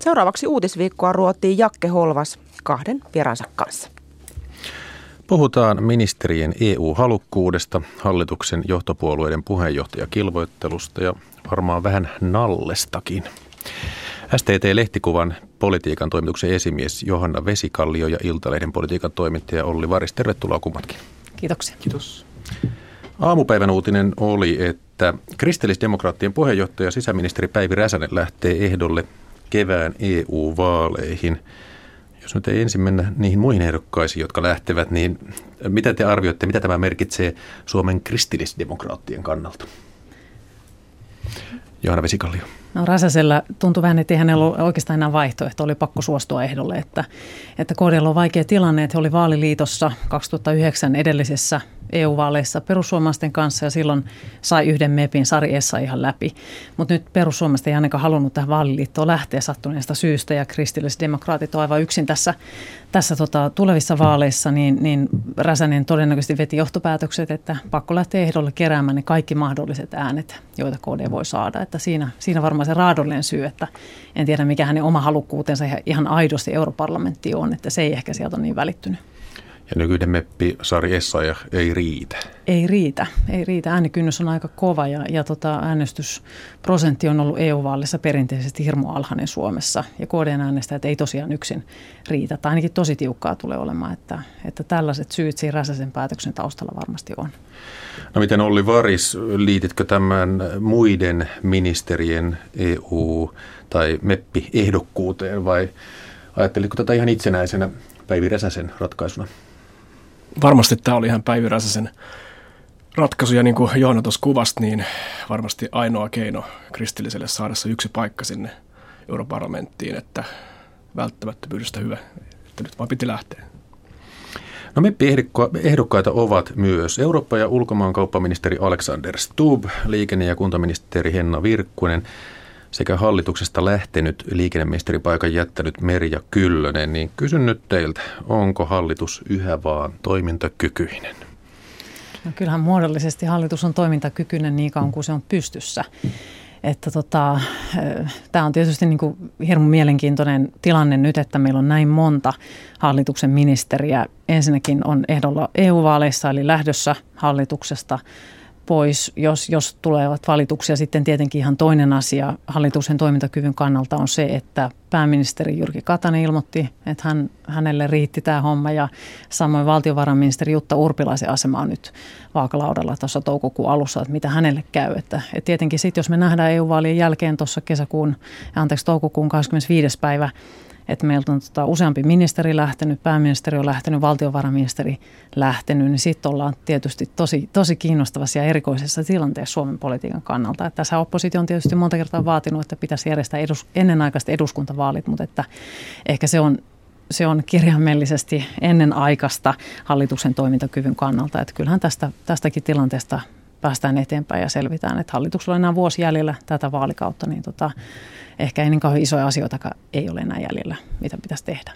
Seuraavaksi uutisviikkoa ruotii Jakke Holvas kahden vieraansa kanssa. Puhutaan ministerien EU-halukkuudesta, hallituksen johtopuolueiden puheenjohtajakilvoittelusta ja varmaan vähän nallestakin. STT-lehtikuvan politiikan toimituksen esimies Johanna Vesikallio ja Iltalehden politiikan toimittaja Olli Varis. Tervetuloa kummatkin. Kiitoksia. Kiitos. Aamupäivän uutinen oli, että kristillisdemokraattien puheenjohtaja sisäministeri Päivi Räsänen lähtee ehdolle kevään EU-vaaleihin. Jos nyt ei ensin mennä niihin muihin ehdokkaisiin, jotka lähtevät, niin mitä te arvioitte, mitä tämä merkitsee Suomen kristillisdemokraattien kannalta? Johanna Vesikallio. No Räsäsellä tuntui vähän, että ei hänellä ole oikeastaan enää vaihtoehto, oli pakko suostua ehdolle, että KD:llä on vaikea tilanne, että he oli vaaliliitossa 2009 edellisessä EU-vaaleissa perussuomalaisten kanssa ja silloin sai yhden MEPin Sari Essayah'n läpi. Mutta nyt perussuomalaiset ei ainakaan halunnut tähän vaaliliittoon lähteä sattuneesta syystä ja kristillisdemokraatit on aivan yksin tässä tulevissa vaaleissa, niin Räsänen todennäköisesti veti johtopäätökset, että pakko lähteä ehdolle keräämään ne kaikki mahdolliset äänet, joita KD voi saada. Että siinä varmaan se raadollinen syy, että en tiedä mikä hänen oma halukkuutensa ihan aidosti europarlamenttiin on, että se ei ehkä sieltä ole niin välittynyt. Ja nykyinen meppi Sari Essayah ei riitä. Ei riitä. Äänikynnys on aika kova ja äänestysprosentti on ollut EU-vaalissa perinteisesti hirmu alhainen Suomessa. Ja KD:n äänestäjät ei tosiaan yksin riitä. Tai ainakin tosi tiukkaa tulee olemaan, että tällaiset syyt siinä Räsäsen päätöksen taustalla varmasti on. No miten Olli Varis, liititkö tämän muiden ministerien EU- tai meppi-ehdokkuuteen vai ajattelitko tätä ihan itsenäisenä Päivi Räsäsen ratkaisuna? Varmasti tämä oli ihan Päivi Räsäsen ratkaisu ja niin kuin Johanna tuossa kuvasi, niin varmasti ainoa keino kristilliselle saada se yksi paikka sinne europarlamenttiin, että välttämättömyydestä hyvä, että nyt vaan piti lähteä. No meppi-ehdokkaita ovat myös Eurooppa- ja ulkomaankauppaministeri Alexander Stubb, liikenne- ja kuntaministeri Henna Virkkunen sekä hallituksesta lähtenyt liikenneministeripaikan jättänyt Merja Kyllönen, niin kysyn nyt teiltä, onko hallitus yhä vaan toimintakykyinen? No kyllähän muodollisesti hallitus on toimintakykyinen niin kauan kuin se on pystyssä. Että tämä on tietysti niin kuin hirmu mielenkiintoinen tilanne nyt, että meillä on näin monta hallituksen ministeriä. Ensinnäkin on ehdolla EU-vaaleissa eli lähdössä hallituksesta pois, jos tulevat valituksia. Sitten tietenkin ihan toinen asia hallituksen toimintakyvyn kannalta on se, että pääministeri Jyrki Katainen ilmoitti, että hänelle riitti tämä homma ja samoin valtiovarainministeri Jutta Urpilaisen asema on nyt vaakalaudalla tuossa toukokuun alussa, että mitä hänelle käy. Että tietenkin sitten, jos me nähdään EU-vaalien jälkeen tuossa toukokuun 25. päivä, että meiltä on useampi ministeri lähtenyt, pääministeri on lähtenyt, valtiovarainministeri lähtenyt, niin sitten ollaan tietysti tosi kiinnostavassa ja erikoisessa tilanteessa Suomen politiikan kannalta. Että tässä oppositio on tietysti monta kertaa vaatinut, että pitäisi järjestää ennenaikaiset eduskuntavaalit, mutta että ehkä se on kirjaimellisesti ennenaikaista hallituksen toimintakyvyn kannalta. Että kyllähän tästäkin tilanteesta päästään eteenpäin ja selvitään, että hallituksella on enää vuosi jäljellä tätä vaalikautta, niin ehkä ei niin kauhean isoja asioita ei ole enää jäljellä, mitä pitäisi tehdä.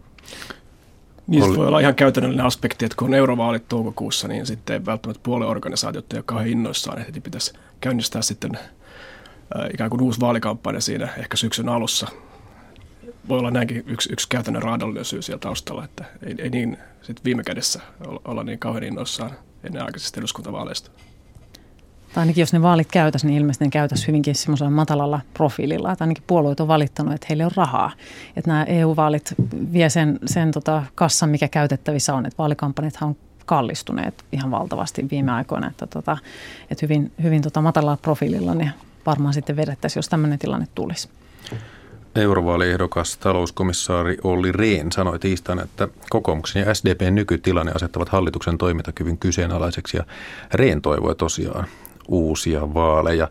Niistä voi olla ihan käytännöllinen aspekti, että kun on eurovaalit toukokuussa, niin sitten välttämättä puolueorganisaatiot ei ole kauhean innoissaan, että pitäisi käynnistää sitten ikään kuin uusi vaalikampanja siinä ehkä syksyn alussa. Voi olla näinkin yksi käytännön raadollinen syy siellä taustalla, että ei niin sit viime kädessä olla niin kauhean innoissaan ennenaikaisista eduskuntavaaleista. Tai ainakin jos ne vaalit käytäisiin, niin ilmeisesti ne käytäisiin hyvinkin semmoisella matalalla profiililla. Että ainakin puolueet on valittanut, että heille on rahaa. Että nämä EU-vaalit vie sen kassan, mikä käytettävissä on. Että vaalikampanjathan on kallistuneet ihan valtavasti viime aikoina. Että hyvin matalalla profiililla ne varmaan sitten vedettäisiin, jos tämmöinen tilanne tulisi. Eurovaaliehdokas talouskomissaari Olli Rehn sanoi tiistaina, että kokoomuksen ja SDPn nykytilanne asettavat hallituksen toimintakyvyn kyseenalaiseksi. Ja Rehn toivoi tosiaan uusia vaaleja.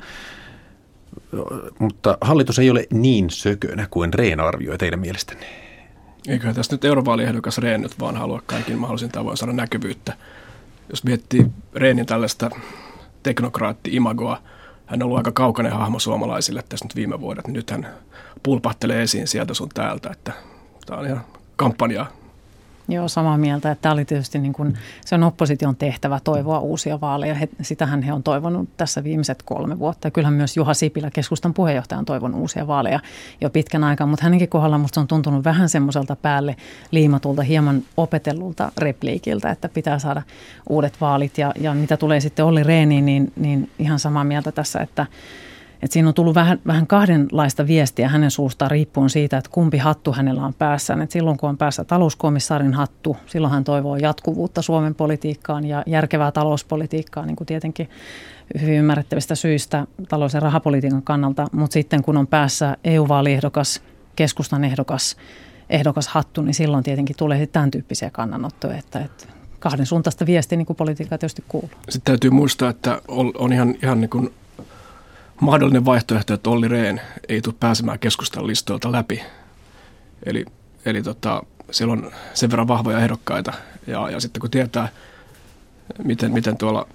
Mutta hallitus ei ole niin sökönä kuin Rehn arvioi teidän mielestänne. Eiköhän tässä nyt eurovaaliehdokas Rehn nyt vaan halua kaikin mahdollisin tavoin saada näkyvyyttä. Jos miettii Rehnin tällaista teknokraatti-imagoa, hän on ollut aika kaukainen hahmo suomalaisille tässä nyt viime vuodet. Nyt hän pulpahtelee esiin sieltä sun täältä, että tämä on ihan kampanjaa. Joo, samaa mieltä, että tämä oli tietysti niin kuin, se on opposition tehtävä toivoa uusia vaaleja. Sitähän he on toivonut tässä viimeiset 3 vuotta. Ja kyllähän myös Juha Sipilä, keskustan puheenjohtaja, on toivonut uusia vaaleja jo pitkän aikaa, mutta hänenkin kohdalla musta on tuntunut vähän semmoiselta päälle liimatulta, hieman opetellulta repliikiltä, että pitää saada uudet vaalit. Ja mitä tulee sitten Olli Rehniin, niin ihan samaa mieltä tässä, että siinä on tullut vähän kahdenlaista viestiä hänen suustaan riippuen siitä, että kumpi hattu hänellä on päässään. Et silloin kun on päässä talouskomissaarin hattu, silloin hän toivoo jatkuvuutta Suomen politiikkaan ja järkevää talouspolitiikkaa, niin kuin tietenkin hyvin ymmärrettävistä syistä talous- ja rahapolitiikan kannalta. Mutta sitten kun on päässä EU-vaaliehdokas, keskustan ehdokas hattu, niin silloin tietenkin tulee tämän tyyppisiä kannanottoja, että kahden suuntaista viestiä niin kuin politiikkaa tietysti kuuluu. Sitten täytyy muistaa, että on ihan niin kuin mahdollinen vaihtoehto, että Olli Rehn ei tule pääsemään keskustan listoilta läpi. Eli siellä on sen verran vahvoja ehdokkaita. Ja sitten kun tietää, miten tuolla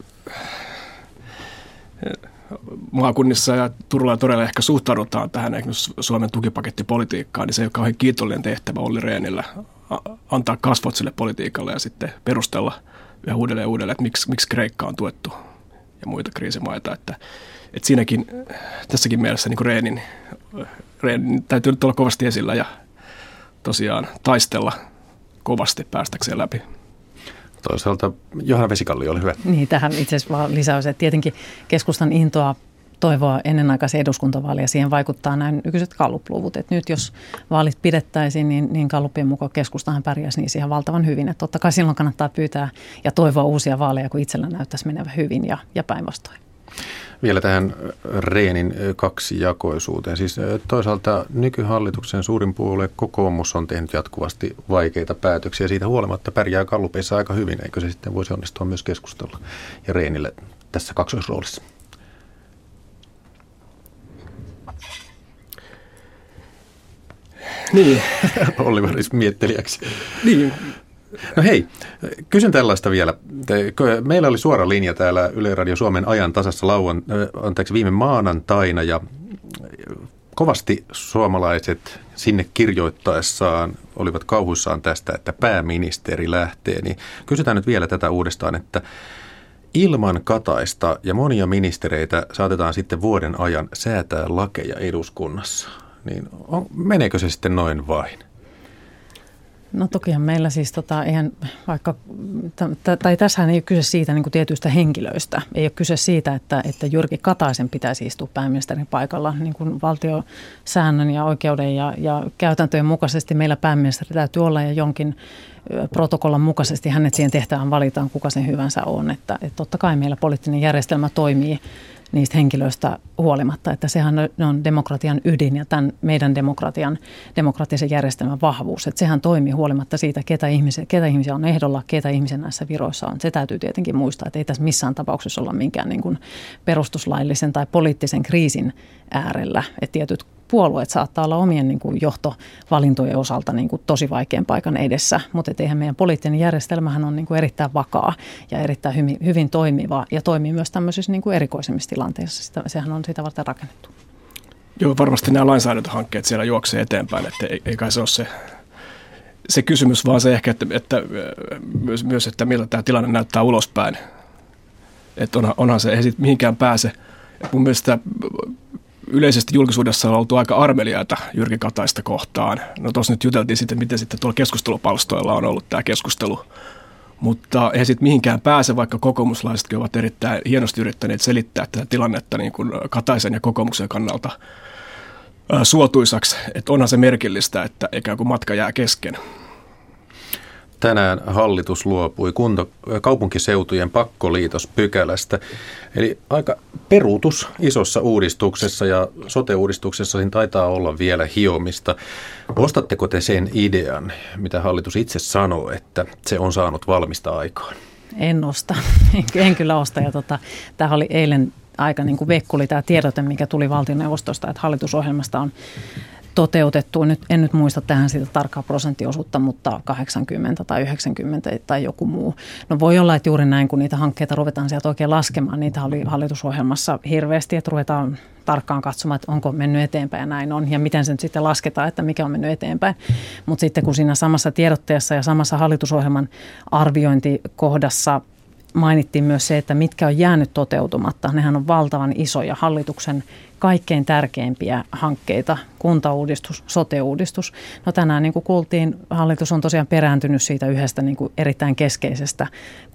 maakunnissa ja Turulla ja Toreilla ehkä suhtaudutaan tähän esimerkiksi Suomen tukipakettipolitiikkaan, niin se ei ole kauhean kiitollinen tehtävä Olli Rehnillä antaa kasvot sille politiikalle ja sitten perustella yhä uudelleen, että miksi Kreikka on tuettu ja muita kriisimaita. Että siinäkin, tässäkin mielessä niin Rehnin täytyy nyt olla kovasti esillä ja tosiaan taistella kovasti päästäkseen läpi. Toisaalta Johanna Vesikalli, oli hyvä. Niin, tähän itse asiassa vaan lisäys, että tietenkin keskustan intoa toivoa ennenaikaisia eduskuntavaaleja, siihen vaikuttaa nämä nykyiset Gallup-luvut. Että nyt jos vaalit pidettäisiin, niin Gallupien mukaan keskustahan pärjäisi niin siihen valtavan hyvin. Että totta kai silloin kannattaa pyytää ja toivoa uusia vaaleja, kun itsellä näyttäisi menevän hyvin ja päinvastoin. Vielä tähän Rehnin kaksijakoisuuteen. Siis toisaalta nykyhallituksen suurin puolue kokoomus on tehnyt jatkuvasti vaikeita päätöksiä. Siitä huolimatta pärjää Gallupeissa aika hyvin. Eikö se sitten voisi onnistua myös keskustella ja Rehnille tässä kaksoisroolissa? Niin. Oliver miettelijäksi. Niin. No hei, kysyn tällaista vielä. Meillä oli suora linja täällä Yle Radio Suomen ajan tasassa viime maanantaina ja kovasti suomalaiset sinne kirjoittaessaan olivat kauhuissaan tästä, että pääministeri lähtee. Niin kysytään nyt vielä tätä uudestaan, että ilman Kataista ja monia ministereitä saatetaan sitten vuoden ajan säätää lakeja eduskunnassa. Niin meneekö se sitten noin vain? No tokihan meillä siis eihän vaikka, tai tässähän ei ole kyse siitä niin kuin tietyistä henkilöistä. Ei ole kyse siitä, että Jyrki Kataisen pitäisi istua pääministerin paikalla. Niin kuin valtiosäännön ja oikeuden ja käytäntöjen mukaisesti meillä pääministeri täytyy olla ja jonkin protokollan mukaisesti hänet siihen tehtävään valitaan, kuka sen hyvänsä on. Että totta kai meillä poliittinen järjestelmä toimii niistä henkilöistä huolimatta, että sehän on demokratian ydin ja tämän meidän demokraattisen järjestelmän vahvuus. Että sehän toimii huolimatta siitä, ketä ihmisiä on ehdolla, ketä ihmisiä näissä viroissa on. Se täytyy tietenkin muistaa, että ei tässä missään tapauksessa olla minkään niin kuin perustuslaillisen tai poliittisen kriisin äärellä. Että tietyt puolueet saattaa olla omien niin kuin johtovalintojen osalta niin kuin tosi vaikean paikan edessä, mutta eihän meidän poliittinen järjestelmähän on niin kuin erittäin vakaa ja erittäin hyvin toimiva ja toimii myös tämmöisissä niin kuin erikoisemmissa tilanteissa. Sehän on sitä varten rakennettu. Joo, varmasti nämä lainsäädäntöhankkeet siellä juoksee eteenpäin, että ei kai se ole se kysymys, vaan se ehkä, että myös, että miltä tämä tilanne näyttää ulospäin. Että onhan se, ei sitten mihinkään pääse. Et mun mielestä yleisesti julkisuudessa on oltu aika armeliaita Jyrki Kataista kohtaan. No tuossa nyt juteltiin sitten, miten sitten tuolla keskustelupalstoilla on ollut tämä keskustelu. Mutta ei sitten mihinkään pääse, vaikka kokoomuslaisetkin ovat erittäin hienosti yrittäneet selittää tätä tilannetta niin kuin Kataisen ja kokoomuksen kannalta suotuisaksi. Että onhan se merkillistä, että ikään kuin matka jää kesken. Tänään hallitus luopui kaupunkiseutujen pakkoliitospykälästä. Eli aika peruutus isossa uudistuksessa ja sote-uudistuksessa siinä taitaa olla vielä hiomista. Ostatteko te sen idean, mitä hallitus itse sanoo, että se on saanut valmista aikaan? En osta. En kyllä osta. Ja tämä oli eilen aika niin kuin vekkuli tämä tiedote, mikä tuli valtioneuvostosta, että hallitusohjelmasta on toteutettu. En nyt muista tähän siitä tarkkaa prosenttiosuutta, mutta 80 tai 90 tai joku muu. No voi olla, että juuri näin, kun niitä hankkeita ruvetaan sieltä oikein laskemaan, niitä oli hallitusohjelmassa hirveästi, että ruvetaan tarkkaan katsomaan, että onko mennyt eteenpäin ja näin on, ja miten se nyt sitten lasketaan, että mikä on mennyt eteenpäin. Mutta sitten kun siinä samassa tiedotteessa ja samassa hallitusohjelman arviointikohdassa mainittiin myös se, että mitkä on jäänyt toteutumatta. Nehän on valtavan isoja hallituksen kaikkein tärkeimpiä hankkeita, kuntauudistus, sote-uudistus. No tänään niin kuin kuultiin, hallitus on tosiaan perääntynyt siitä yhdestä niin kuin erittäin keskeisestä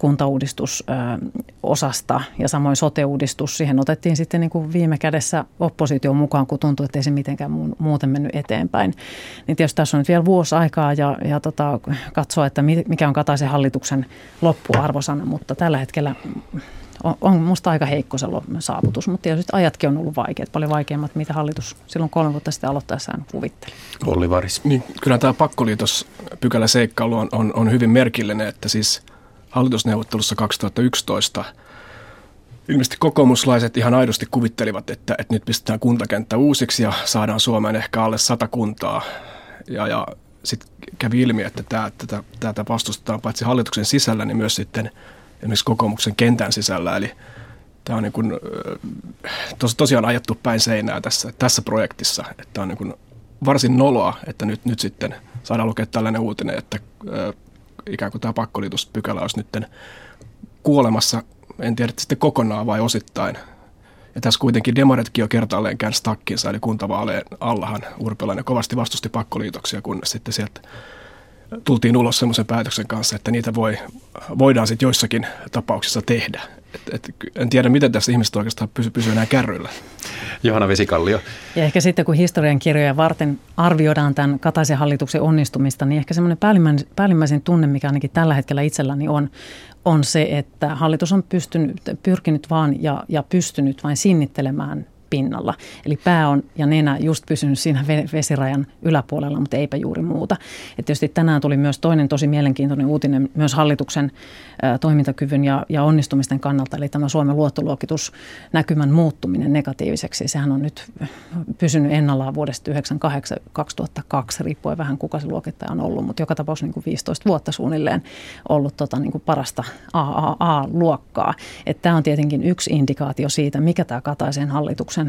kuntauudistusosasta ja samoin sote-uudistus. Siihen otettiin sitten niin kuin viime kädessä opposition mukaan, kun tuntui, että ei se mitenkään muuten mennyt eteenpäin. Niin tietysti tässä on nyt vielä vuosi aikaa ja katsoa, että mikä on Kataisen hallituksen loppuarvosana, mutta tällä hetkellä on musta aika heikko se saavutus, mutta tietysti ajatkin on ollut vaikeat, paljon vaikeammat, mitä hallitus silloin 3 vuotta sitten aloittaessaan kuvitteli. Olli Varis. Niin, kyllä tämä pakkoliitospykälä seikkailu on hyvin merkillinen, että siis hallitusneuvottelussa 2011 ilmeisesti kokoomuslaiset ihan aidosti kuvittelivat, että nyt pistetään kuntakenttä uusiksi ja saadaan Suomeen ehkä alle 100 kuntaa. Ja sitten kävi ilmi, että tätä vastustetaan paitsi hallituksen sisällä, niin myös sitten esimerkiksi kokoomuksen kentän sisällä. Eli tämä on niin kuin, tosiaan ajettu päin seinää tässä projektissa. Että on niin kuin varsin noloa, että nyt sitten saadaan lukea tällainen uutinen, että ikään kuin tämä pakkoliitospykälä olisi nyt kuolemassa, en tiedä sitten kokonaan vai osittain. Ja tässä kuitenkin demaretkin jo kertaalleen käänsi takkinsa, eli kuntavaaleen allahan Urpilainen kovasti vastusti pakkoliitoksia, kun sitten sieltä tultiin ulos semmoisen päätöksen kanssa, että niitä voidaan sitten joissakin tapauksissa tehdä. En tiedä, miten tässä ihmiset oikeastaan pysyy enää kärryillä. Johanna Vesikallio. Ja ehkä sitten, kun historiankirjoja varten arvioidaan tämän Kataisen hallituksen onnistumista, niin ehkä semmoinen päällimmäisin tunne, mikä ainakin tällä hetkellä itselläni on se, että hallitus on pyrkinyt vaan ja pystynyt vain sinnittelemään pinnalla. Eli pää on ja nenä just pysynyt siinä vesirajan yläpuolella, mutta eipä juuri muuta. Et tietysti tänään tuli myös toinen tosi mielenkiintoinen uutinen myös hallituksen toimintakyvyn ja onnistumisten kannalta, eli tämä Suomen luottoluokitusnäkymän muuttuminen negatiiviseksi. Sehän on nyt pysynyt ennallaan vuodesta 1998-2002, riippuen vähän kuka se luokittaja on ollut, mutta joka tapauksessa niin kuin 15 vuotta suunnilleen ollut niin kuin parasta AAA-luokkaa. Tämä on tietenkin yksi indikaatio siitä, mikä tämä Kataisen hallituksen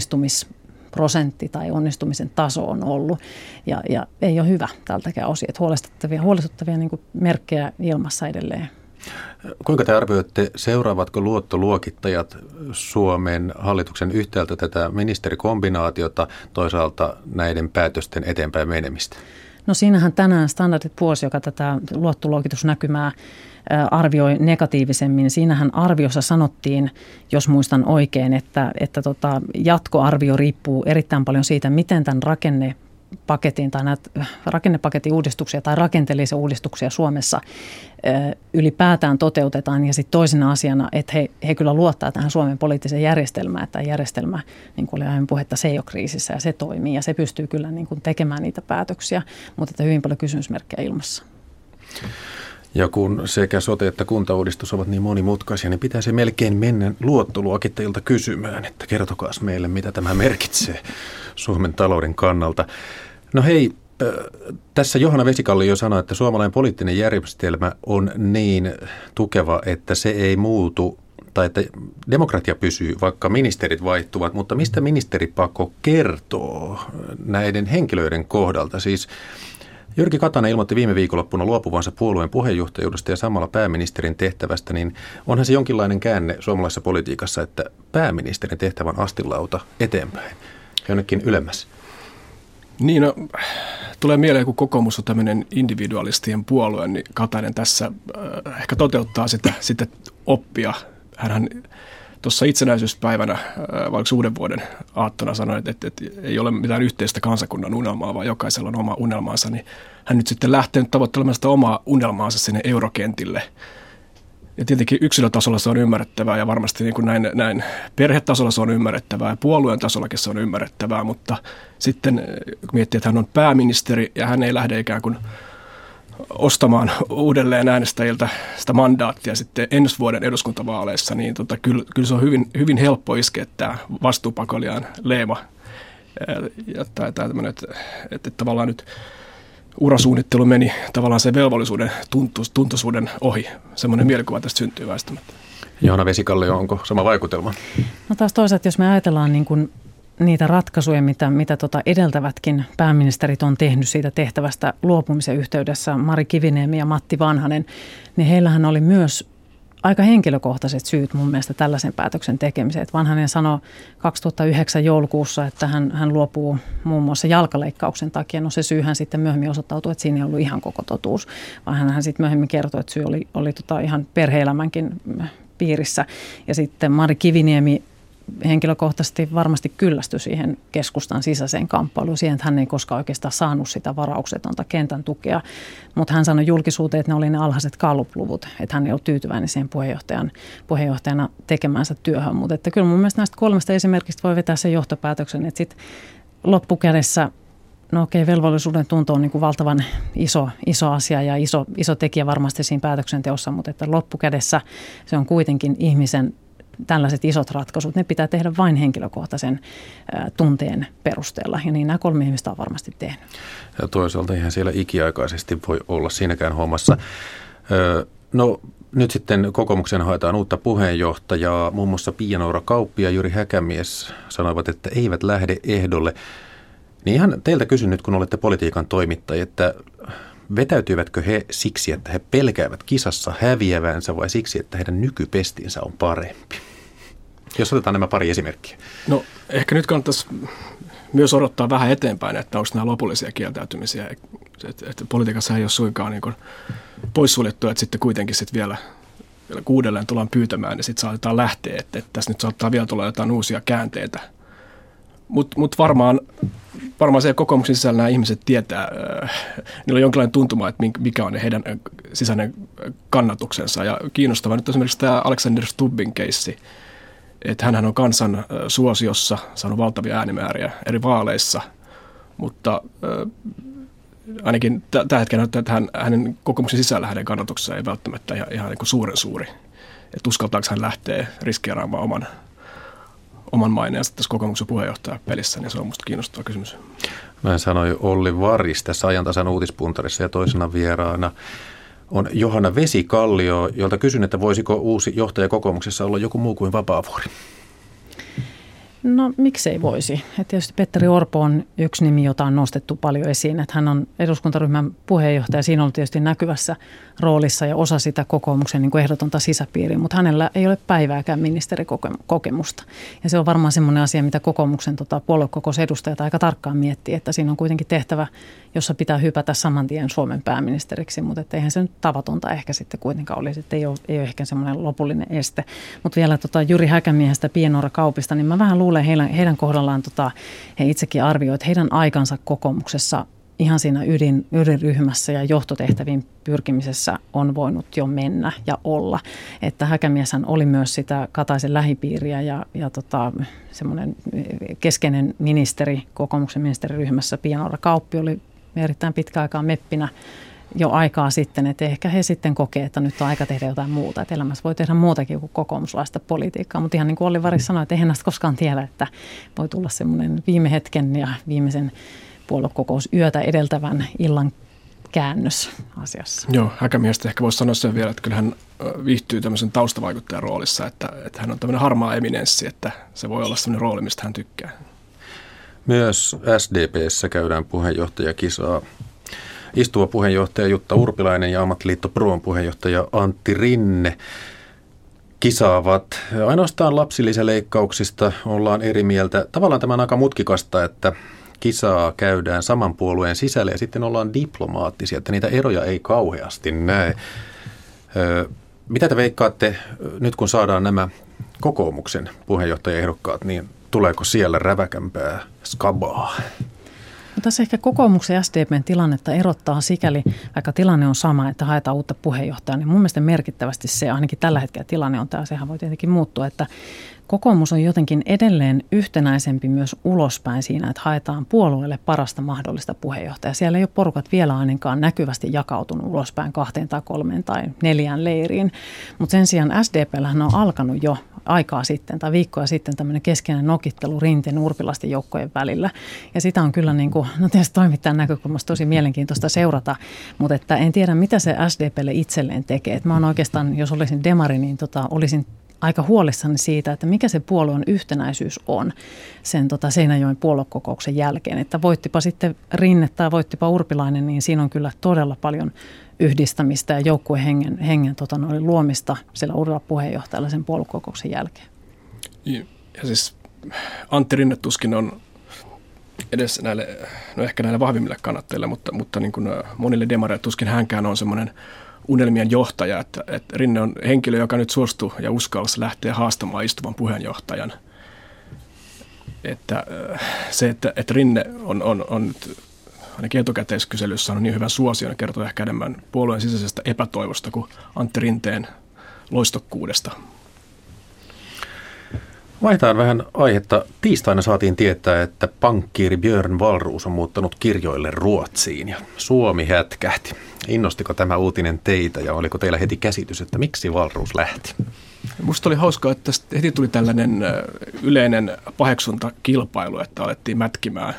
onnistumisprosentti tai onnistumisen taso on ollut ja ei ole hyvä tältäkään osin. Että huolestuttavia niin kuin merkkejä ilmassa edelleen. Kuinka te arvioitte, seuraavatko luottoluokittajat Suomen hallituksen yhtäältä tätä ministerikombinaatiota, toisaalta näiden päätösten eteenpäin menemistä? No siinähän tänään Standard & Poor's, joka tätä luottoluokitusnäkymää arvioi negatiivisemmin. Siinähän arviossa sanottiin, jos muistan oikein, että jatkoarvio riippuu erittäin paljon siitä, miten tämän rakennepaketin tai näitä rakennepaketin uudistuksia tai rakenteellisia uudistuksia Suomessa ylipäätään toteutetaan. Ja sitten toisena asiana, että he kyllä luottaa tähän Suomen poliittiseen järjestelmään, että tämä järjestelmä, niin kuin oli aiemmin puhetta, se ei ole kriisissä ja se toimii ja se pystyy kyllä niin kuin tekemään niitä päätöksiä, mutta että hyvin paljon kysymysmerkkejä ilmassa. Ja kun sekä sote- että kuntauudistus ovat niin monimutkaisia, niin pitäisi melkein mennä luottoluokittajilta kysymään, että kertokaas meille, mitä tämä merkitsee Suomen talouden kannalta. No hei, tässä Johanna Vesikallio jo sanoi, että suomalainen poliittinen järjestelmä on niin tukeva, että se ei muutu, tai että demokratia pysyy, vaikka ministerit vaihtuvat, mutta mistä ministeripako kertoo näiden henkilöiden kohdalta? Siis Jyrki Katainen ilmoitti viime viikonloppuna luopuvansa puolueen puheenjohtajuudesta ja samalla pääministerin tehtävästä, niin onhan se jonkinlainen käänne suomalaisessa politiikassa, että pääministerin tehtävän astilauta eteenpäin, jonnekin ylemmäs. Niin, no, tulee mieleen, kun kokoomus on tämmöinen individualistien puolue, niin Katainen tässä ehkä toteuttaa sitä oppia. Hänhän tuossa itsenäisyyspäivänä, vaikka uuden vuoden aattona sanoi, että ei ole mitään yhteistä kansakunnan unelmaa, vaan jokaisella on oma unelmaansa, niin hän nyt sitten lähtee tavoittelemaan sitä omaa unelmaansa sinne eurokentille. Ja tietenkin yksilötasolla se on ymmärrettävää ja varmasti niin kuin näin perhetasolla se on ymmärrettävää ja puolueen tasollakin se on ymmärrettävää, mutta sitten kun miettii, että hän on pääministeri ja hän ei lähde ikään kuin ostamaan uudelleen äänestäjiltä sitä mandaattia sitten ensi vuoden eduskuntavaaleissa, niin kyllä se on hyvin helppo iskeä tämä vastuupakoilijan leima Ja tämmöinen, että tavallaan nyt urasuunnittelu meni tavallaan sen velvollisuuden tuntuisuuden ohi. Semmoinen mielikuva tästä syntyy väistämättä. Johanna Vesikallio, onko sama vaikutelma? No taas toisaalta, jos me ajatellaan niin kuin niitä ratkaisuja, mitä edeltävätkin pääministerit on tehnyt siitä tehtävästä luopumisen yhteydessä, Mari Kiviniemi ja Matti Vanhanen, niin heillähän oli myös aika henkilökohtaiset syyt mun mielestä tällaisen päätöksen tekemiseen. Että Vanhanen sanoi 2009 joulukuussa, että hän luopuu muun muassa jalkaleikkauksen takia. No se syyhän sitten myöhemmin osoittautui, että siinä ei ollut ihan koko totuus, vaan hän sitten myöhemmin kertoi, että syy oli ihan perhe-elämänkin piirissä. Ja sitten Mari Kiviniemi henkilökohtaisesti varmasti kyllästyi siihen keskustan sisäiseen kamppailuun, siihen, että hän ei koskaan oikeastaan saanut sitä varauksetonta kentän tukea. Mutta hän sanoi julkisuuteen, että ne oli ne alhaiset Gallup-luvut, että hän ei ollut tyytyväinen siihen puheenjohtajana tekemänsä työhön. Mutta että kyllä mun mielestä näistä 3 esimerkistä voi vetää sen johtopäätöksen, että sitten loppukädessä, no okei, velvollisuuden tunto on niin kuin valtavan iso asia ja iso tekijä varmasti siinä päätöksenteossa, mutta että loppukädessä se on kuitenkin ihmisen tällaiset isot ratkaisut, ne pitää tehdä vain henkilökohtaisen tunteen perusteella, ja niin nämä 3 ihmistä on varmasti tehnyt. Ja toisaalta ihan siellä ikiaikaisesti voi olla siinäkään hommassa. No nyt sitten kokoomuksen haetaan uutta puheenjohtajaa, muun muassa Pia-Noora Kauppi ja Jyri Häkämies sanoivat, että eivät lähde ehdolle. Niin ihan teiltä kysyn nyt, kun olette politiikan toimittajia, että vetäytyivätkö he siksi, että he pelkäävät kisassa häviävänsä vai siksi, että heidän nykypestinsä on parempi? Jos otetaan nämä pari esimerkkiä. No ehkä nyt kannattaisi myös odottaa vähän eteenpäin, että onko nämä lopullisia kieltäytymisiä. Että politiikassa ei ole suinkaan niin poissuljettu, että sitten kuitenkin vielä uudelleen tullaan pyytämään ja sitten saatetaan lähteä. Että tässä nyt saattaa vielä tulla jotain uusia käänteitä. Mutta varmaan se kokoomuksen sisällä nämä ihmiset tietää, niillä on jonkinlainen tuntuma, että mikä on heidän sisäinen kannatuksensa. Ja kiinnostavaa nyt esimerkiksi tämä Alexander Stubbin keissi, että hänhän on kansan suosiossa saanut valtavia äänimääriä eri vaaleissa, mutta ainakin tällä hetkellä näyttää, että hänen kokoomuksen sisällä hänen kannatuksensa ei välttämättä ihan niin kuin suuren suuri. Että uskaltaako hän lähteä riskeeraamaan oman maineensa tässä kokoomuksen puheenjohtajan pelissä, niin se on minusta kiinnostava kysymys. Näin sanoi Olli Varis tässä Ajantasan uutispuntarissa, ja toisena vieraana on Johanna Vesikallio, jolta kysyn, että voisiko uusi johtaja kokoomuksessa olla joku muu kuin Vapaavuori? No miksei voisi. Et tietysti Petteri Orpo on yksi nimi, jota on nostettu paljon esiin. Että hän on eduskuntaryhmän puheenjohtaja. Siinä on tietysti näkyvässä roolissa ja osa sitä kokoomuksen niin kuin ehdotonta sisäpiiriä, mutta hänellä ei ole päivääkään ministerikokemusta. Ja se on varmaan semmoinen asia, mitä kokoomuksen puoluekokousedustajat aika tarkkaan miettii, että siinä on kuitenkin tehtävä, jossa pitää hypätä saman tien Suomen pääministeriksi, mutta eihän se nyt tavatonta ehkä sitten kuitenkaan olisi, että ei ole ehkä semmoinen lopullinen este. Mutta vielä Jyri Häkämiehestä, Pia-Noora Kaupista, niin mä vähän luulen heidän kohdallaan, he itsekin arvioivat, että heidän aikansa kokoomuksessa ihan siinä ydinryhmässä ja johtotehtäviin pyrkimisessä on voinut jo mennä ja olla. Että Häkämieshän oli myös sitä Kataisen lähipiiriä ja semmoinen keskeinen ministeri kokoomuksen ministeriryhmässä. Pia-Noora Kauppi oli erittäin pitkä aikaa meppinä jo aikaa sitten, että ehkä he sitten kokee, että nyt on aika tehdä jotain muuta. Että elämässä voi tehdä muutakin kuin kokoomuslaista politiikkaa, mutta ihan niin kuin Olli Varis sanoi, että eihän näistä koskaan tiedä, että voi tulla semmoinen viime hetken ja viimeisen puoluekokousyötä edeltävän illan käännös asiassa. Joo, Häkämiestä ehkä voisi sanoa sen vielä, että kyllä hän viihtyy tämmöisen taustavaikuttajan roolissa, että hän on tämmöinen harmaa eminenssi, että se voi olla semmoinen rooli, mistä hän tykkää. Myös SDP:ssä käydään puheenjohtajakisaa. Istuva puheenjohtaja Jutta Urpilainen ja Ammattiliitto Proon puheenjohtaja Antti Rinne kisaavat. Ainoastaan lapsilisäleikkauksista ollaan eri mieltä. Tavallaan tämä on aika mutkikasta, että kisaa käydään saman puolueen sisällä ja sitten ollaan diplomaattisia, että niitä eroja ei kauheasti näe. Mitä te veikkaatte nyt, kun saadaan nämä kokoomuksen puheenjohtajaehdokkaat, niin tuleeko siellä räväkämpää skabaa? No tässä ehkä kokoomuksen ja SDP:n tilannetta erottaa sikäli, vaikka tilanne on sama, että haetaan uutta puheenjohtajaa, niin mun mielestä merkittävästi se, ainakin tällä hetkellä tilanne on tämä, sehän voi tietenkin muuttua, että kokoomus on jotenkin edelleen yhtenäisempi myös ulospäin siinä, että haetaan puolueelle parasta mahdollista puheenjohtajaa. Siellä ei ole porukat vielä ainakaan näkyvästi jakautunut ulospäin 2 tai 3 tai 4 leiriin, mutta sen sijaan SDP:llähän on alkanut jo aikaa sitten tai viikkoja sitten tämmöinen keskeinen nokittelu Rinteen Urpilaisten joukkojen välillä. Ja sitä on kyllä niin kuin, no tietysti toimittajan näkökulmasta tosi mielenkiintoista seurata, mutta että en tiedä mitä se SDPlle itselleen tekee. Et mä oon oikeastaan, jos olisin demari, niin olisin aika huolissani siitä, että mikä se puolueen yhtenäisyys on sen Seinäjoen puoluekokouksen jälkeen. Että voittipa sitten Rinne tai voittipa Urpilainen, niin siinä on kyllä todella paljon yhdistämistä ja joukkueen hengen luomista sillä uudella puheenjohtajalla sen puoluekokouksen jälkeen. Ja siis Antti Rinne tuskin on edes näille, no ehkä näille vahvimmille kannattajille, mutta niin kuin monille demareille tuskin hänkään on semmoinen unelmien johtaja, että Rinne on henkilö, joka nyt suostuu ja uskalsi lähteä haastamaan istuvan puheenjohtajan. Että se, että Rinne on nyt ainakin etukäteiskyselyssä on niin hyvä suosio, kertoo ehkä enemmän puolueen sisäisestä epätoivosta kuin Antti Rinteen loistokkuudesta. Vaihtaan vähän aihetta. Tiistaina saatiin tietää, että pankkiiri Björn Wahlroos on muuttanut kirjoille Ruotsiin ja Suomi hätkähti. Innostiko tämä uutinen teitä ja oliko teillä heti käsitys, että miksi Wahlroos lähti? Musta oli hauskaa, että heti tuli tällainen yleinen paheksuntakilpailu, että alettiin mätkimään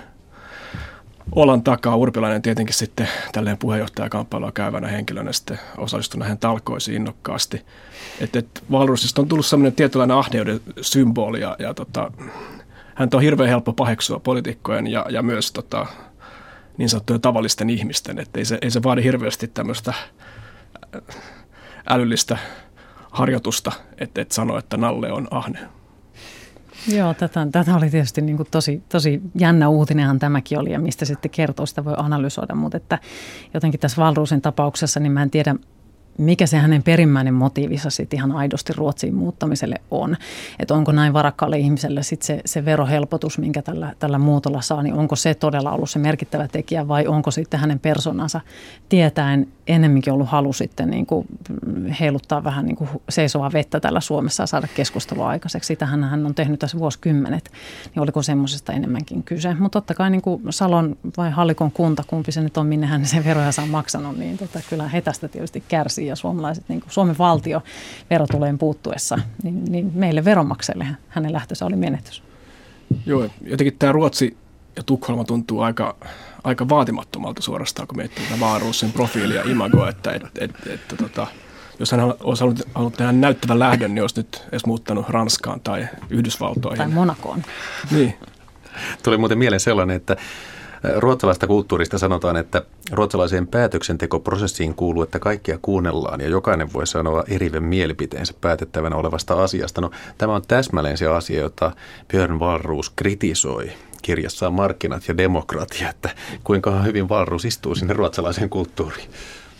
olan takaa. Urpilainen tietenkin sitten tälleen puheenjohtajakamppailua käyvänä henkilönä sitten osallistui näihin talkoisiin innokkaasti. Että Wahlroosista on tullut sellainen tietynlainen ahneuden symboli ja häntä on hirveän helppo paheksua poliitikkojen ja myös niin sanottujen tavallisten ihmisten. Että ei se vaadi hirveästi tämmöistä älyllistä harjoitusta, että sanoo, että Nalle on ahne. Joo, tätä oli tietysti niin kuin tosi jännä uutinenhan tämäkin oli ja mistä sitten kertoo, sitä voi analysoida, mutta että jotenkin tässä Wahlroosin tapauksessa niin mä en tiedä, mikä se hänen perimmäinen motiivinsa sitten ihan aidosti Ruotsiin muuttamiselle on. Että onko näin varakkaalle ihmiselle sitten se verohelpotus, minkä tällä muutolla saa, niin onko se todella ollut se merkittävä tekijä vai onko sitten hänen persoonansa tietäen ennemminkin ollut halu sitten niin kuin heiluttaa vähän niin kuin seisovaa vettä täällä Suomessa ja saada keskustelua aikaiseksi. Sitähän hän on tehnyt tässä vuosikymmenet, niin oliko semmoisesta enemmänkin kyse. Mutta totta kai niin kuin Salon vai Hallikon kunta, kumpi se nyt on, minne hän sen veroja saa maksanut, niin kyllä he tästä tietysti kärsii. Ja suomalaiset, niin kuin Suomen valtio verotulojen puuttuessa, niin meille veronmaksajille hänen lähtönsä oli menetys. Joo, jotenkin tämä Ruotsi ja Tukholma tuntuu aika vaatimattomalta suorastaan, kun miettii tätä Wahlroosin profiilia ja imagoa, että jos hän olisi halunnut tehdä näyttävän lähdön, niin olisi nyt edes muuttanut Ranskaan tai Yhdysvaltoihin. Tai Monakoon. Niin. Tuli muuten mieleen sellainen, että ruotsalaista kulttuurista sanotaan, että ruotsalaiseen päätöksentekoprosessiin kuuluu, että kaikkia kuunnellaan ja jokainen voi sanoa erivän mielipiteensä päätettävänä olevasta asiasta. No, tämä on täsmälleen se asia, jota Björn Wahlroos kritisoi kirjassaan Markkinat ja demokratia, että kuinka hyvin Wahlroos istuu sinne ruotsalaiseen kulttuuriin.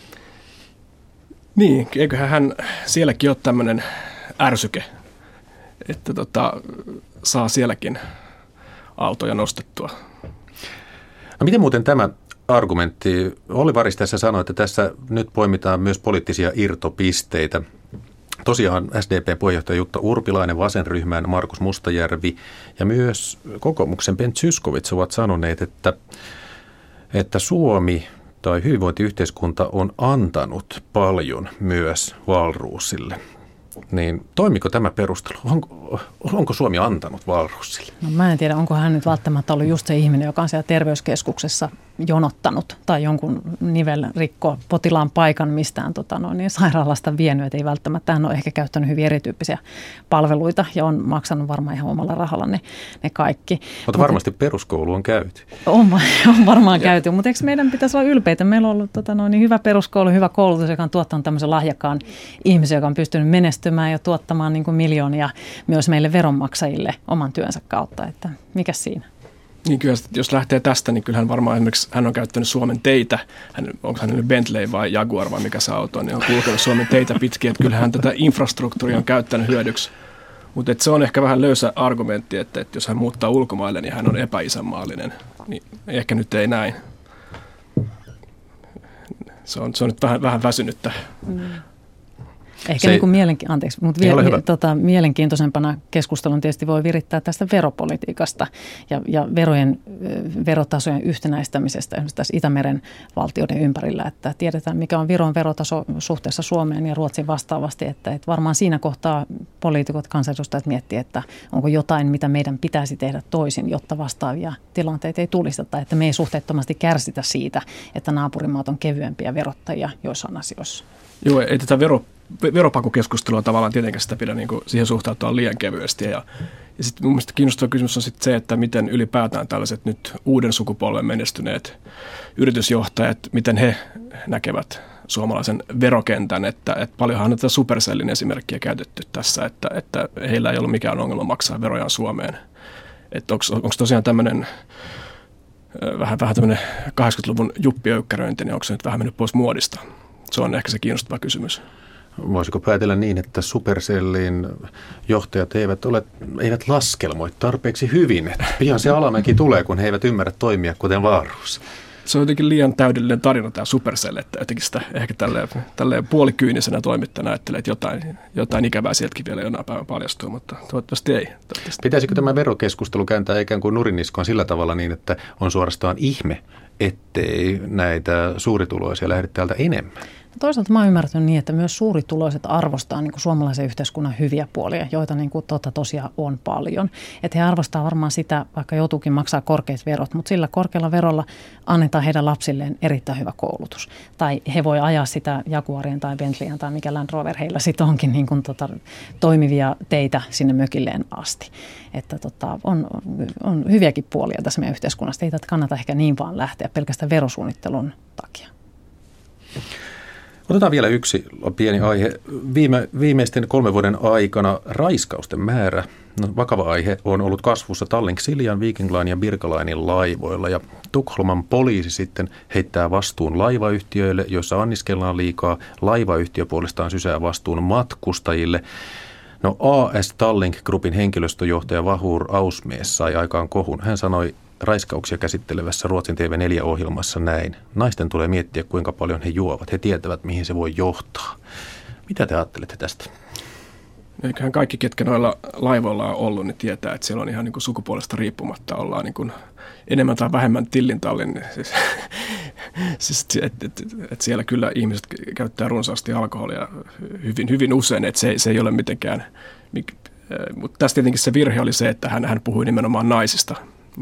Niin, eiköhän hän sielläkin ole tämmöinen ärsyke, että saa sielläkin autoja nostettua. No miten muuten tämä argumentti, Olli Varis tässä sanoi, että tässä nyt poimitaan myös poliittisia irtopisteitä. Tosiaan SDP-puheenjohtaja Jutta Urpilainen, vasenryhmän Markus Mustajärvi ja myös kokoomuksen Ben Zyskowicz ovat sanoneet, että Suomi tai hyvinvointiyhteiskunta on antanut paljon myös Wahlroosille. Niin toimiko tämä perustelu? Onko Suomi antanut Wahlroosille? No mä en tiedä, onko hän nyt välttämättä ollut just se ihminen, joka on siellä terveyskeskuksessa jonottanut tai jonkun nivelrikko potilaan paikan mistään sairaalasta vienyt. Et ei välttämättä, hän on ehkä käyttänyt hyvin erityyppisiä palveluita ja on maksanut varmaan ihan omalla rahalla ne kaikki. Mutta varmasti peruskoulu on käyty. On varmaan käyty, mutta eikö meidän pitäisi olla ylpeitä? Meillä on ollut hyvä peruskoulu, hyvä koulutus, joka on tuottanut tämmöisen lahjakkaan ihmisen, joka on pystynyt menestymään ja tuottamaan niin kuin miljoonia myös meille veronmaksajille oman työnsä kautta. Että mikä siinä? Niin kyllä, jos lähtee tästä, niin kyllähän varmaan esimerkiksi hän on käyttänyt Suomen teitä. Onko hänellä Bentley vai Jaguar vai mikä se auto on, niin on kulkenut Suomen teitä pitkin. Että kyllähän hän tätä infrastruktuuria on käyttänyt hyödyksi. Mutta se on ehkä vähän löysä argumentti, että jos hän muuttaa ulkomaille, niin hän on epäisänmaallinen. Niin ehkä nyt ei näin. Se on nyt vähän väsynyttä. Ehkä mielenkiintoisempana keskustelun tietysti voi virittää tästä veropolitiikasta ja verotasojen yhtenäistämisestä esimerkiksi tässä Itämeren valtioiden ympärillä, että tiedetään mikä on Viron verotaso suhteessa Suomeen ja Ruotsin vastaavasti, että varmaan siinä kohtaa poliitikot, kansanedustajat miettii, että onko jotain, mitä meidän pitäisi tehdä toisin, jotta vastaavia tilanteita ei tulisi, tai että me ei suhteettomasti kärsitä siitä, että naapurimaat on kevyempiä verottajia joissain asioissa. Joo, ei tätä veropakokeskustelua tavallaan tietenkään sitä pidä niin kuin siihen suhtautua liian kevyesti. Ja sitten mun mielestä kiinnostava kysymys on sitten se, että miten ylipäätään tällaiset nyt uuden sukupolven menestyneet yritysjohtajat, miten he näkevät suomalaisen verokentän, että paljonhan on tätä Supercellin esimerkkiä käytetty tässä, että heillä ei ollut mikään ongelma maksaa verojaan Suomeen. Että onko tosiaan tämmöinen vähän tämmöinen 80-luvun juppiöykkäröinti, niin onko se nyt vähän mennyt pois muodista? Se on ehkä se kiinnostava kysymys. Voisiko päätellä niin, että Supercellin johtajat eivät laskelmoi tarpeeksi hyvin? Pian se alamäki tulee, kun he eivät ymmärrä toimia kuten Wahlroos. Se on jotenkin liian täydellinen tarina tämä Supercell, että jotenkin sitä ehkä tälleen puolikyynisenä toimittajana ajattelee, että jotain ikävää sieltäkin vielä jonain päivän paljastuu, mutta toivottavasti ei. Pitäisikö tämä verokeskustelu kääntää ikään kuin nurinniskoon sillä tavalla niin, että on suorastaan ihme, ettei näitä suurituloisia lähde täältä enemmän? Toisaalta mä oon ymmärtänyt niin, että myös suurituloiset arvostaa niin kuin suomalaisen yhteiskunnan hyviä puolia, joita niin kuin tosiaan on paljon. Että he arvostaa varmaan sitä, vaikka joutuukin maksaa korkeat verot, mutta sillä korkealla verolla annetaan heidän lapsilleen erittäin hyvä koulutus. Tai he voi ajaa sitä Jaguarien tai Bentleyän tai mikä Land Rover heillä sitten onkin niin kuin toimivia teitä sinne mökilleen asti. Että on hyviäkin puolia tässä meidän yhteiskunnasta. Ei kannata ehkä niin vaan lähteä pelkästään verosuunnittelun takia. Otetaan vielä yksi pieni aihe. Viimeisten 3 vuoden aikana raiskausten määrä, vakava aihe, on ollut kasvussa Tallink-Siljan, Viking Line ja Birka Linen laivoilla. Ja Tukholman poliisi sitten heittää vastuun laivayhtiöille, joissa anniskellaan liikaa. Laivayhtiö puolestaan sysää vastuun matkustajille. No AS Tallink Groupin henkilöstöjohtaja Vahur Ausmies sai aikaan kohun. Hän sanoi raiskauksia käsittelevässä Ruotsin TV4-ohjelmassa näin. Naisten tulee miettiä, kuinka paljon he juovat. He tietävät, mihin se voi johtaa. Mitä te ajattelette tästä? Eiköhän kaikki, ketkä noilla laivoilla on ollut, niin tietää, että siellä on ihan niin kuin sukupuolesta riippumatta. Ollaan niin kuin enemmän tai vähemmän tillintallin. Että siellä kyllä ihmiset käyttää runsaasti alkoholia hyvin usein, että se ei ole mitenkään. Mutta tässä tietenkin se virhe oli se, että hän puhui nimenomaan naisista.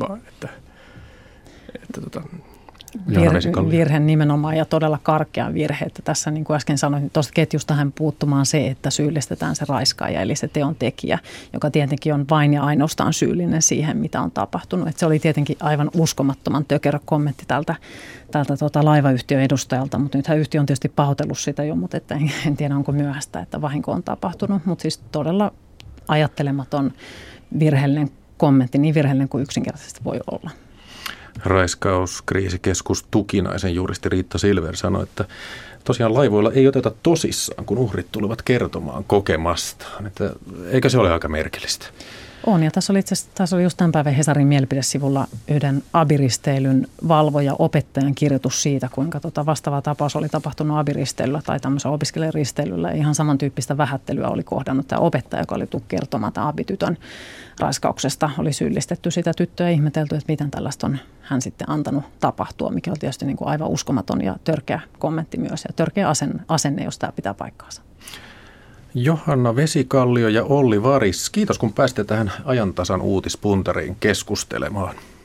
Virhe nimenomaan ja todella karkea virhe, että tässä niin kuin äsken sanoin, tuosta ketjusta hän puuttumaan se, että syyllistetään se raiskaaja, eli se teon tekijä, joka tietenkin on vain ja ainoastaan syyllinen siihen, mitä on tapahtunut. Että se oli tietenkin aivan uskomattoman tökerö kommentti tältä laivayhtiön edustajalta, mutta nythän yhtiö on tietysti pahoitellut sitä jo, mutta että en tiedä onko myöhäistä, että vahinko on tapahtunut, mutta siis todella ajattelematon virheellinen kommentti, niin virheellinen kuin yksinkertaisesti voi olla. Raiskauskriisikeskus Tukinaisen juristi Riitta Silver sanoi, että tosiaan laivoilla ei oteta tosissaan, kun uhrit tulevat kertomaan kokemastaan. Että eikö se ole aika merkillistä? On, ja tässä oli just tämän päivän Hesarin mielipidesivulla yhden abiristeilyn valvoja opettajan kirjoitus siitä, kuinka vastaava tapaus oli tapahtunut abiristeilyllä tai tämmöisellä opiskelijaristeilyllä. Ihan samantyyppistä vähättelyä oli kohdannut tämä opettaja, joka oli tullut kertomaan tämän abitytön raiskauksesta. Oli syyllistetty sitä tyttöä ja ihmetelty, että miten tällaista on hän sitten antanut tapahtua, mikä on tietysti niin kuin aivan uskomaton ja törkeä kommentti myös ja törkeä asenne, jos tämä pitää paikkaansa. Johanna Vesikallio ja Olli Varis, kiitos kun pääsitte tähän ajantasan uutispuntariin keskustelemaan.